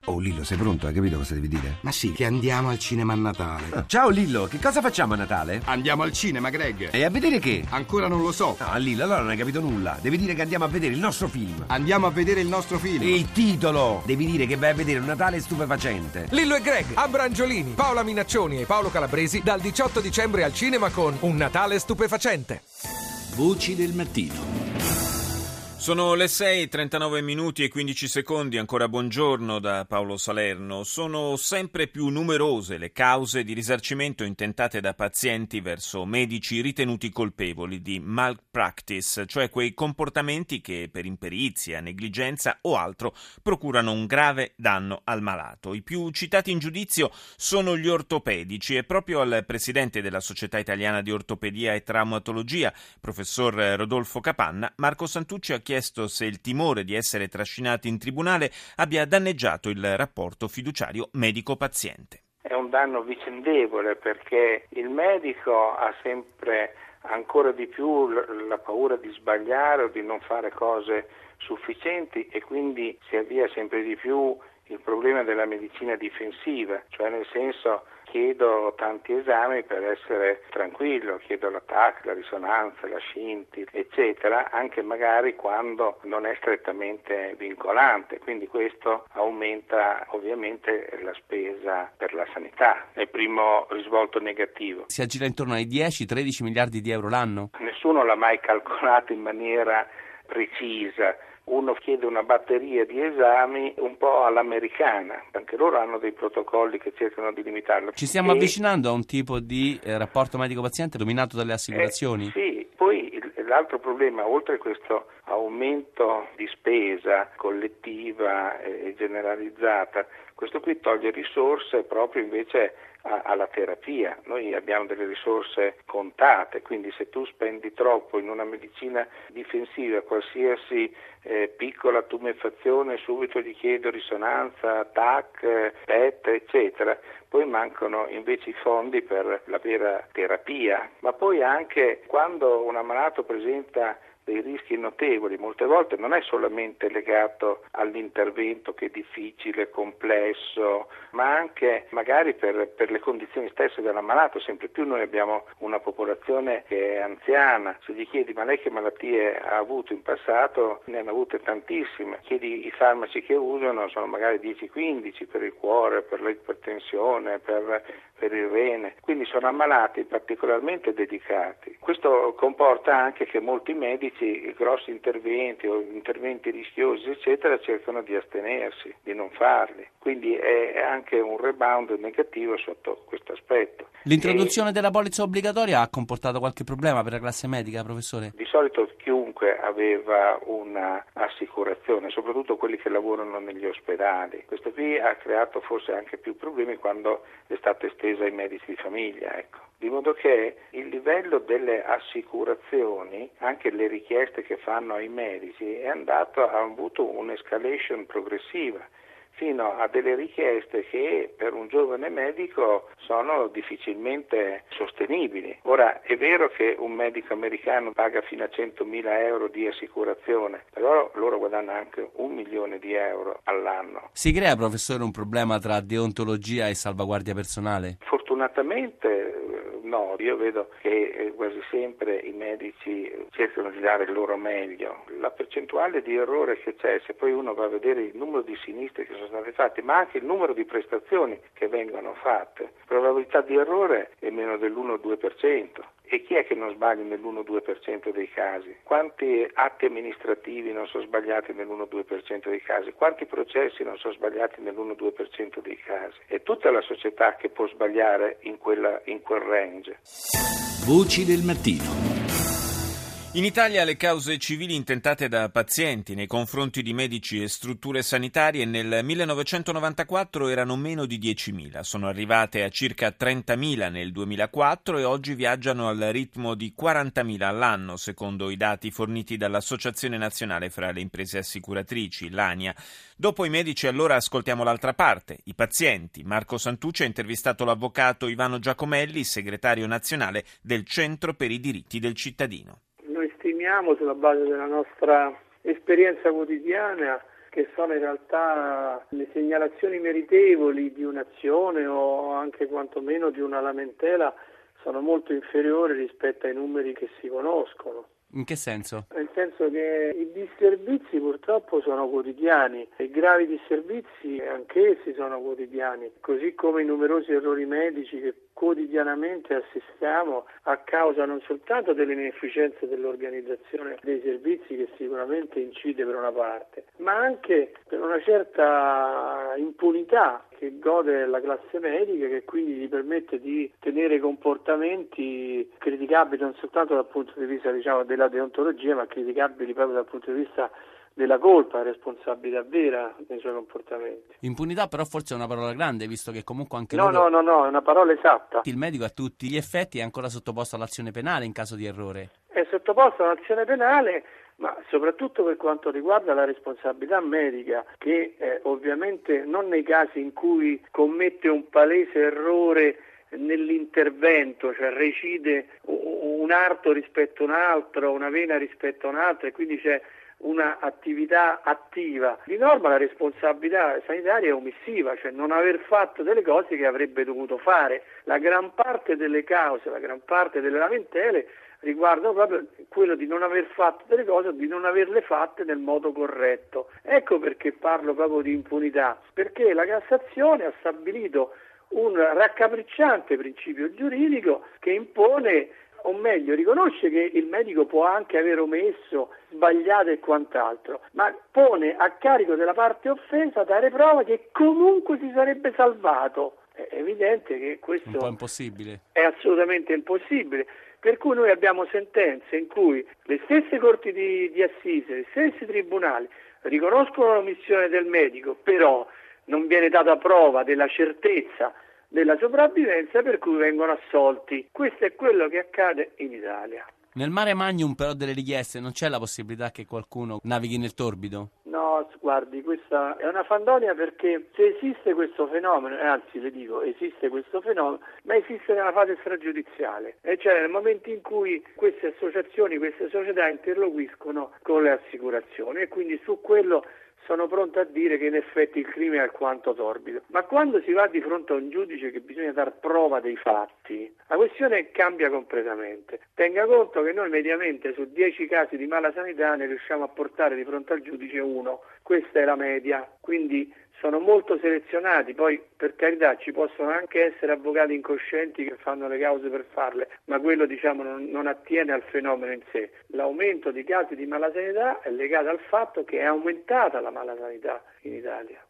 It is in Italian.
Oh Lillo, sei pronto? Hai capito cosa devi dire? Ma sì, che andiamo al cinema a Natale. Ciao Lillo, che cosa facciamo a Natale? Andiamo al cinema, Greg. E a vedere che? Ancora non lo so. No, Lillo, allora non hai capito nulla. Devi dire che andiamo a vedere il nostro film. Andiamo a vedere il nostro film. Il titolo! Devi dire che vai a vedere un Natale stupefacente. Lillo e Greg, Abrangiolini, Paola Minaccioni e Paolo Calabresi dal 18 dicembre al cinema con Un Natale stupefacente. Voci del mattino. Sono le 6:39 minuti e 15 secondi, ancora buongiorno da Paolo Salerno. Sono sempre più numerose le cause di risarcimento intentate da pazienti verso medici ritenuti colpevoli di malpractice, cioè quei comportamenti che per imperizia, negligenza o altro procurano un grave danno al malato. I più citati in giudizio sono gli ortopedici e proprio al presidente della Società Italiana di Ortopedia e Traumatologia, professor Rodolfo Capanna, Marco Santucci ha chiesto se il timore di essere trascinati in tribunale abbia danneggiato il rapporto fiduciario medico-paziente. È un danno vicendevole perché il medico ha sempre ancora di più la paura di sbagliare o di non fare cose sufficienti e quindi si avvia sempre di più il problema della medicina difensiva, cioè nel senso chiedo tanti esami per essere tranquillo, chiedo la TAC, la risonanza, la scinti, eccetera, anche magari quando non è strettamente vincolante, quindi questo aumenta ovviamente la spesa per la sanità, è il primo risvolto negativo. Si aggira intorno ai 10-13 miliardi di euro l'anno? Nessuno l'ha mai calcolato in maniera precisa. Uno chiede una batteria di esami un po' all'americana, anche loro hanno dei protocolli che cercano di limitarlo. Ci stiamo avvicinando a un tipo di rapporto medico-paziente dominato dalle assicurazioni? Sì, poi l'altro problema, oltre a questo aumento di spesa collettiva e generalizzata, questo qui toglie risorse proprio invece alla terapia. Noi abbiamo delle risorse contate, quindi se tu spendi troppo in una medicina difensiva, qualsiasi piccola tumefazione subito gli chiedo risonanza, TAC, PET, eccetera, poi mancano invece i fondi per la vera terapia, ma poi anche quando un ammalato presenta dei rischi notevoli, molte volte non è solamente legato all'intervento che è difficile, complesso, ma anche magari per le condizioni stesse dell'ammalato. Sempre più noi abbiamo una popolazione che è anziana, se gli chiedi ma lei che malattie ha avuto in passato, ne hanno avute tantissime, chiedi i farmaci che usano, sono magari 10-15 per il cuore, per l'ipertensione, per il rene, quindi sono ammalati particolarmente dedicati. Questo comporta anche che molti medici grossi interventi o interventi rischiosi eccetera cercano di astenersi, di non farli, quindi è anche un rebound negativo sotto questo aspetto. L'introduzione della polizza obbligatoria ha comportato qualche problema per la classe medica, professore? Di solito chiunque aveva una assicurazione, soprattutto quelli che lavorano negli ospedali. Questo qui ha creato forse anche più problemi quando è stata estesa ai medici di famiglia, ecco. Di modo che il livello delle assicurazioni, anche le richieste che fanno ai medici, ha avuto un'escalation progressiva, fino a delle richieste che per un giovane medico sono difficilmente sostenibili. Ora, è vero che un medico americano paga fino a 100.000 euro di assicurazione, però loro guadagnano anche 1 milione di euro all'anno. Si crea, professore, un problema tra deontologia e salvaguardia personale? Fortunatamente no, io vedo che quasi sempre i medici cercano di dare il loro meglio. La percentuale di errore che c'è, se poi uno va a vedere il numero di sinistri che sono state fatte, ma anche il numero di prestazioni che vengono fatte, la probabilità di errore è meno dell'1-2%. E chi è che non sbaglia nell'1-2% dei casi? Quanti atti amministrativi non sono sbagliati nell'1-2% dei casi? Quanti processi non sono sbagliati nell'1-2% dei casi? È tutta la società che può sbagliare in quel range. Voci del mattino. In Italia le cause civili intentate da pazienti nei confronti di medici e strutture sanitarie nel 1994 erano meno di 10.000, sono arrivate a circa 30.000 nel 2004 e oggi viaggiano al ritmo di 40.000 all'anno, secondo i dati forniti dall'Associazione Nazionale fra le Imprese Assicuratrici, l'ANIA. Dopo i medici allora ascoltiamo l'altra parte, i pazienti. Marco Santucci ha intervistato l'avvocato Ivano Giacomelli, segretario nazionale del Centro per i diritti del cittadino. Noi stimiamo sulla base della nostra esperienza quotidiana che sono in realtà le segnalazioni meritevoli di un'azione o anche quantomeno di una lamentela sono molto inferiori rispetto ai numeri che si conoscono. In che senso? Nel senso che i disservizi purtroppo sono quotidiani, i gravi disservizi anch'essi sono quotidiani, così come i numerosi errori medici che quotidianamente assistiamo a causa non soltanto delle inefficienze dell'organizzazione dei servizi, che sicuramente incide per una parte, ma anche per una certa impunità che gode la classe medica, che quindi gli permette di tenere comportamenti criticabili non soltanto dal punto di vista della deontologia, ma criticabili proprio dal punto di vista della colpa, responsabilità vera nei suoi comportamenti. Impunità però forse è una parola grande, visto che comunque anche No, è una parola esatta. Il medico a tutti gli effetti è ancora sottoposto all'azione penale in caso di errore. È sottoposto all'azione penale, ma soprattutto per quanto riguarda la responsabilità medica, che ovviamente non nei casi in cui commette un palese errore nell'intervento, cioè recide un arto rispetto a un altro, una vena rispetto a un'altra, e quindi c'è una attività attiva. Di norma la responsabilità sanitaria è omissiva, cioè non aver fatto delle cose che avrebbe dovuto fare. La gran parte delle cause, la gran parte delle lamentele riguardano proprio quello di non aver fatto delle cose o di non averle fatte nel modo corretto. Ecco perché parlo proprio di impunità, perché la Cassazione ha stabilito un raccapricciante principio giuridico che impone, o meglio, riconosce che il medico può anche aver omesso, sbagliato e quant'altro, ma pone a carico della parte offesa dare prova che comunque si sarebbe salvato. È evidente che questo un po' impossibile. È assolutamente impossibile, per cui noi abbiamo sentenze in cui le stesse corti di assise, gli stessi tribunali riconoscono l'omissione del medico, però non viene data prova della certezza della sopravvivenza, per cui vengono assolti. Questo è quello che accade in Italia. Nel mare magnum però delle richieste non c'è la possibilità che qualcuno navighi nel torbido? No, guardi, questa è una fandonia, perché se esiste questo fenomeno, anzi le dico, esiste questo fenomeno, ma esiste nella fase stragiudiziale, e cioè nel momento in cui queste associazioni, queste società interloquiscono con le assicurazioni, e quindi su quello sono pronto a dire che in effetti il crimine è alquanto torbido. Ma quando si va di fronte a un giudice che bisogna dar prova dei fatti, la questione cambia completamente. Tenga conto che noi mediamente su 10 casi di mala sanità ne riusciamo a portare di fronte al giudice 1. Questa è la media, quindi sono molto selezionati. Poi, per carità, ci possono anche essere avvocati incoscienti che fanno le cause per farle, ma quello non attiene al fenomeno in sé. L'aumento di casi di malasanità è legato al fatto che è aumentata la malasanità in Italia.